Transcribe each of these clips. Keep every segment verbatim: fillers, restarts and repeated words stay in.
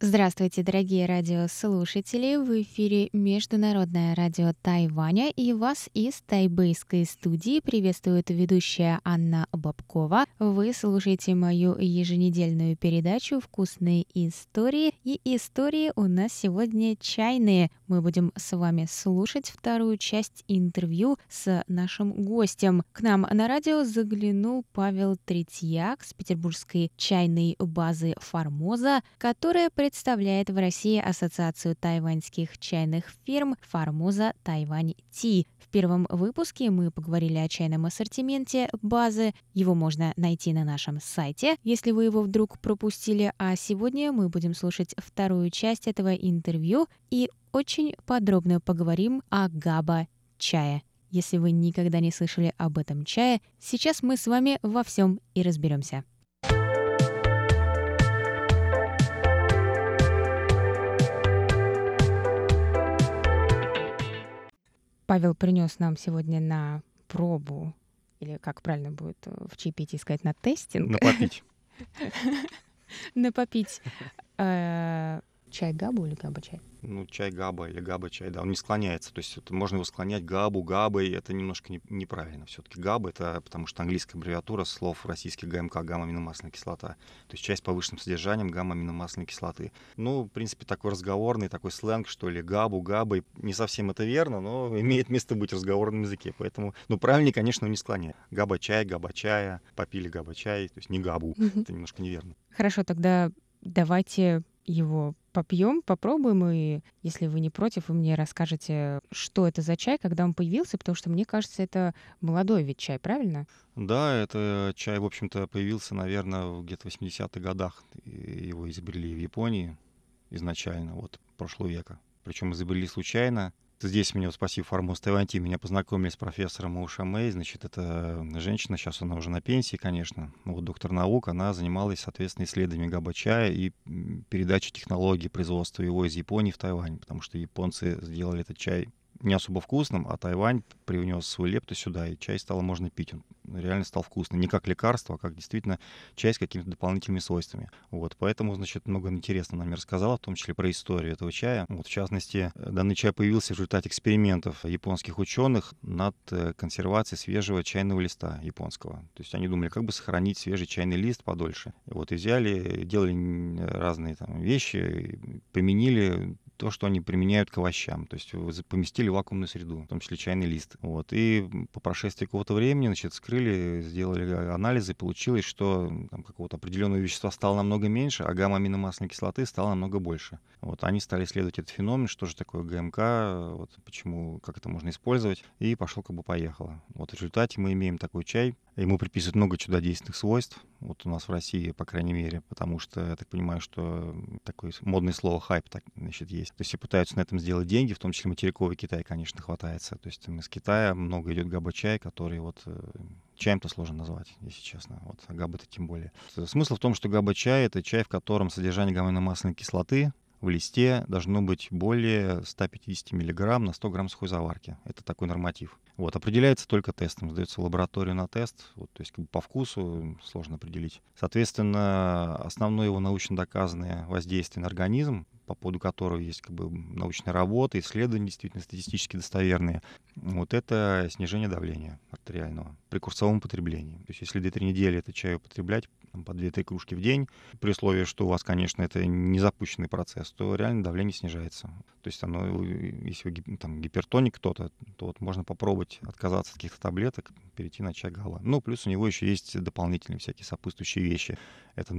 Здравствуйте, дорогие радиослушатели! В эфире Международное радио Тайваня, и вас из тайбэйской студии приветствует ведущая Анна Бабкова. Вы слушаете мою еженедельную передачу «Вкусные истории». И истории у нас сегодня чайные. Мы будем с вами слушать вторую часть интервью с нашим гостем. К нам на радио заглянул Павел Третьяк с петербургской чайной базы «Формоза», которая представляет в России Ассоциацию тайваньских чайных фирм «Формоза Тайвань Ти». В первом выпуске мы поговорили о чайном ассортименте базы. Его можно найти на нашем сайте, если вы его вдруг пропустили. А сегодня мы будем слушать вторую часть этого интервью и очень подробно поговорим о габа-чае. Если вы никогда не слышали об этом чае, сейчас мы с вами во всем и разберемся. Павел принес нам сегодня на пробу, или как правильно будет в чаепитии сказать, на тестинг. На попить. На попить чай габу или габа-чай? Ну, чай габа или габа-чай, да, он не склоняется. То есть это можно его склонять габу, габой, это немножко не, неправильно. Все-таки габа — это потому что английская аббревиатура слов российских ГМК, гамма-аминомасляная кислота. То есть чай с повышенным содержанием гамма-аминомасляной кислоты. Ну, в принципе, такой разговорный, такой сленг, что ли, габу, габой. Не совсем это верно, но имеет место быть в разговорном языке. Поэтому, ну, правильнее, конечно, не склонять. Габа-чай, габа-чая, попили габа-чай, то есть не габу. Это немножко неверно. Хорошо, тогда давайте его попьем, попробуем, и если вы не против, вы мне расскажете, что это за чай, когда он появился, потому что мне кажется, это молодой вид чай, правильно? Да, это чай, в общем-то, появился, наверное, где-то в восьмидесятых годах. Его изобрели в Японии изначально, вот, прошлого века. Причем изобрели случайно. Здесь меня, спасибо Формоз Тайвань Ти, меня познакомили с профессором Оуша Мэй. Значит, это женщина, сейчас она уже на пенсии, конечно, вот доктор наук. Она занималась, соответственно, исследованием габа-чая и передачей технологий производства его из Японии в Тайвань, потому что японцы сделали этот чай не особо вкусным, а Тайвань привнес свою лепту сюда, и чай стало можно пить. Он реально стал вкусным. Не как лекарство, а как действительно чай с какими-то дополнительными свойствами. Вот, поэтому, значит, много интересного нам рассказала, в том числе про историю этого чая. Вот, в частности, данный чай появился в результате экспериментов японских ученых над консервацией свежего чайного листа японского. То есть они думали, как бы сохранить свежий чайный лист подольше. И вот и взяли, делали разные там вещи, применили то, что они применяют к овощам. То есть поместили в вакуумную среду, в том числе чайный лист. Вот. И по прошествии какого-то времени, значит, скрыли, сделали анализы, получилось, что там, какого-то определенного вещества стало намного меньше, а гамма-аминомасляной кислоты стало намного больше. Вот. Они стали исследовать этот феномен, что же такое ГМК, вот, почему, как это можно использовать, и пошло как бы поехало. Вот в результате мы имеем такой чай. Ему приписывают много чудодейственных свойств. Вот у нас в России, по крайней мере, потому что, я так понимаю, что такое модное слово «хайп» так, значит, есть. То есть все пытаются на этом сделать деньги, в том числе материковый Китай, конечно, хватается. То есть из Китая много идет габа-чай, который вот чаем-то сложно назвать, если честно. Вот, а габа-то тем более. Смысл в том, что габа-чай — это чай, в котором содержание гамма-аминомасляной кислоты в листе должно быть более ста пятидесяти миллиграмм на сто грамм сухой заварки. Это такой норматив. Вот, определяется только тестом. Сдается в лабораторию на тест. Вот, то есть как бы по вкусу сложно определить. Соответственно, основное его научно доказанное воздействие на организм, по поводу которого есть как бы научные работы, исследования действительно статистически достоверные, вот это снижение давления артериального при курсовом потреблении. То есть если две-три недели этот чай употреблять там, по две-три кружки в день, при условии, что у вас, конечно, это не запущенный процесс, то реально давление снижается. То есть оно, если вы там, гипертоник кто-то, то вот можно попробовать отказаться от каких-то таблеток, перейти на чай габа. Ну, плюс у него еще есть дополнительные всякие сопутствующие вещи. Это,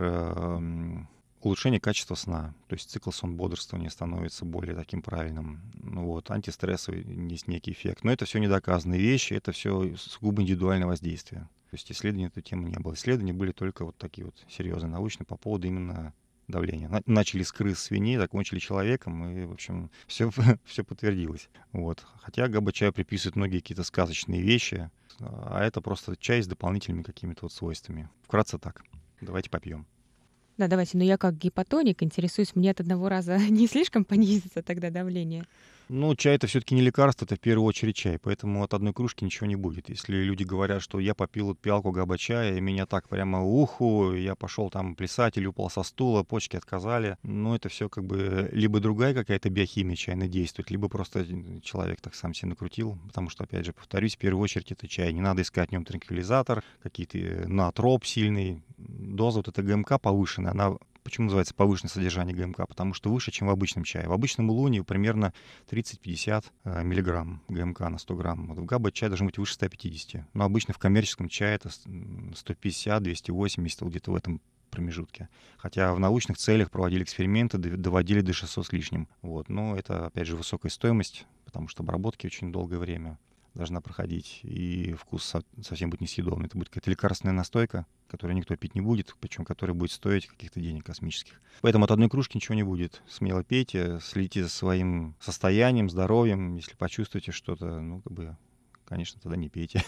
например, улучшение качества сна, то есть цикл сон-бодрствования становится более таким правильным. Ну вот, антистрессовый есть некий эффект. Но это все недоказанные вещи, это все сугубо индивидуальное воздействие. То есть исследований на эту тему не было. Исследования были только вот такие вот серьезные, научные, по поводу именно давления. Начали с крыс, свиней, закончили человеком, и, в общем, все, все подтвердилось. Вот. Хотя габа-чаю приписывают многие какие-то сказочные вещи, а это просто чай с дополнительными какими-то вот свойствами. Вкратце так. Давайте попьем. Да, давайте, но я как гипотоник интересуюсь, мне от одного раза не слишком понизится тогда давление? Ну, чай это все-таки не лекарство, это в первую очередь чай, поэтому от одной кружки ничего не будет. Если люди говорят, что я попил вот пиалку габа-чая, и меня так прямо уху, я пошел там плясать или упал со стула, почки отказали, ну, это все как бы либо другая какая-то биохимия чайная действует, либо просто человек так сам себе накрутил, потому что, опять же, повторюсь, в первую очередь это чай. Не надо искать в нем транквилизатор, какие-то э, натроп сильный. Доза вот эта ГМК повышенная, она почему называется повышенное содержание ГМК? Потому что выше, чем в обычном чае. В обычном улуне примерно тридцать-пятьдесят э, миллиграмм ГМК на сто грамм. Вот в габа чай должен быть выше ста пятидесяти. Но обычно в коммерческом чае это сто пятьдесят, двести восемьдесят, вот где-то в этом промежутке. Хотя в научных целях проводили эксперименты, дов- доводили до шестисот с лишним. Вот. Но это, опять же, высокая стоимость, потому что обработки очень долгое время должна проходить, и вкус со- совсем будет несъедобный. Это будет какая-то лекарственная настойка, которую никто пить не будет, причем которая будет стоить каких-то денег космических. Поэтому от одной кружки ничего не будет. Смело пейте, следите за своим состоянием, здоровьем. Если почувствуете что-то, ну, как бы, конечно, тогда не пейте.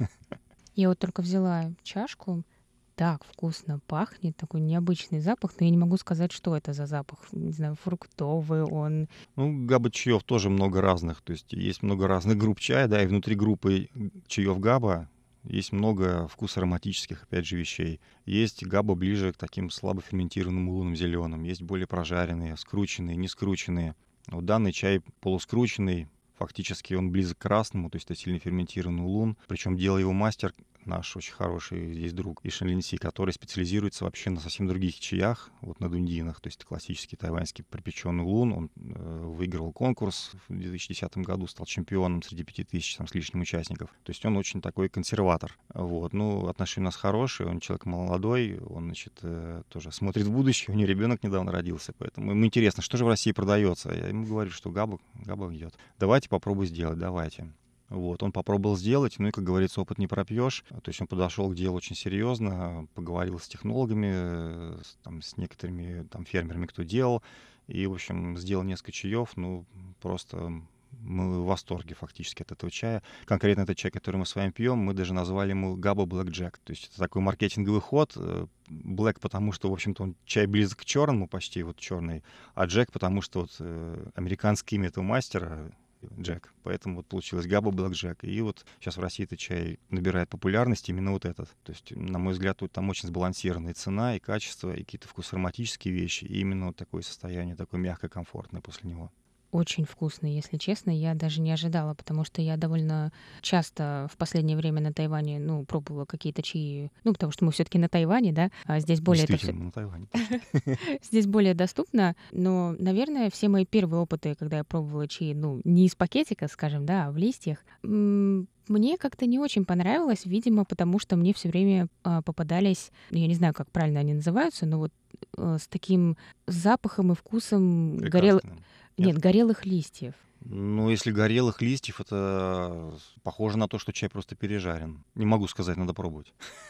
Я вот только взяла чашку, так вкусно пахнет, такой необычный запах, но я не могу сказать, что это за запах. Не знаю, фруктовый он. Ну, габа чаев тоже много разных. То есть есть много разных групп чая, да, и внутри группы чаев габа есть много вкусоароматических, опять же, вещей. Есть габа ближе к таким слабо ферментированным лунным зеленым. Есть более прожаренные, скрученные, не скрученные. Вот данный чай полускрученный, фактически он близок к красному, то есть это сильно ферментированный улун. Причем делал его мастер, наш очень хороший здесь друг Ишен Линси, который специализируется вообще на совсем других чаях, вот на дундинах, то есть классический тайваньский пропеченный улун. Он э, выиграл конкурс в две тысячи десятом году, стал чемпионом среди пяти тысяч там, с лишним участников. То есть он очень такой консерватор. Вот. Ну, отношения у нас хорошие, он человек молодой, он, значит, э, тоже смотрит в будущее, у него ребенок недавно родился, поэтому ему интересно, что же в России продается. Я ему говорю, что габа, габа идет. Давайте попробуй сделать, давайте. Вот, он попробовал сделать, ну и, как говорится, опыт не пропьешь. То есть он подошел к делу очень серьезно, поговорил с технологами, э, с, там, с некоторыми там, фермерами, кто делал. И, в общем, сделал несколько чаев, ну, просто мы в восторге фактически от этого чая. Конкретно этот чай, который мы с вами пьем, мы даже назвали ему Габа Black Jack. То есть это такой маркетинговый ход. Black, потому что, в общем-то, он чай близок к черному, почти вот черный, а Джек, потому что вот э, американское имя этого мастера Джек. Поэтому вот получилось Габа Black Jack. И вот сейчас в России этот чай набирает популярность именно вот этот. То есть, на мой взгляд, тут там очень сбалансированная цена, и качество, и какие-то вкусоароматические вещи, и именно вот такое состояние, такое мягкое, комфортное после него. Очень вкусный, если честно. Я даже не ожидала, потому что я довольно часто в последнее время на Тайване, ну, пробовала какие-то чаи, ну, потому что мы все таки на Тайване, да, а здесь более это все Действительно, на Тайване. здесь более доступно. Но, наверное, все мои первые опыты, когда я пробовала чаи, ну, не из пакетика, скажем, да, а в листьях, м, мне как-то не очень понравилось, видимо, потому что мне все время а, попадались, ну, я не знаю, как правильно они называются, но вот э, с таким запахом и вкусом горел... Лекарственным. Нет, Нет? горелых листьев. Ну, если горелых листьев, это похоже на то, что чай просто пережарен. Не могу сказать, надо пробовать.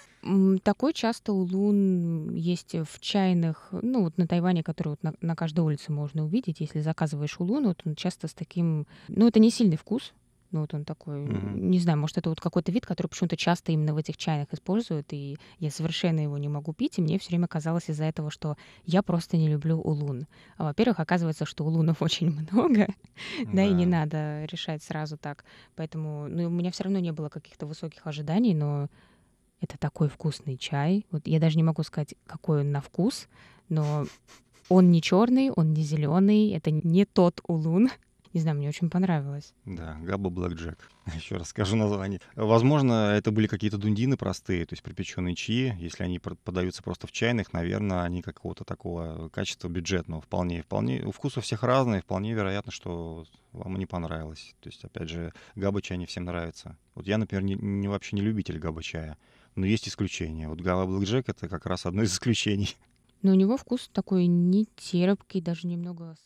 М, Такой часто улун есть в чайных, ну вот на Тайване, который вот на, на каждой улице можно увидеть. Если заказываешь улун, вот он часто с таким, ну это не сильный вкус, ну вот он такой, Мгм. не знаю, может это вот какой-то вид, который почему-то часто именно в этих чайных используют, и я совершенно его не могу пить, и мне все время казалось из-за этого, что я просто не люблю улун. А, во-первых, оказывается, что улунов очень много, да, и не Да. надо решать сразу так. Поэтому, ну, у меня все равно не было каких-то высоких ожиданий, но это такой вкусный чай. Вот я даже не могу сказать, какой он на вкус, но он не черный, он не зеленый, это не тот улун. Не знаю, мне очень понравилось. Да, Габа Black Jack. Еще раз скажу название. Возможно, это были какие-то дундины простые, то есть припеченные чаи. Если они пр- подаются просто в чайных, наверное, они какого-то такого качества бюджетного. Вполне, вполне. Вкус у всех разный, вполне вероятно, что вам и не понравилось. То есть, опять же, габа чай не всем нравится. Вот я, например, не, не- вообще не любитель габа чая. Но есть исключения. Вот Габа Black Jack — это как раз одно из исключений. Но у него вкус такой не терпкий, даже немного...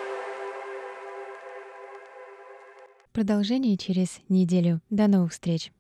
Продолжение через неделю. До новых встреч!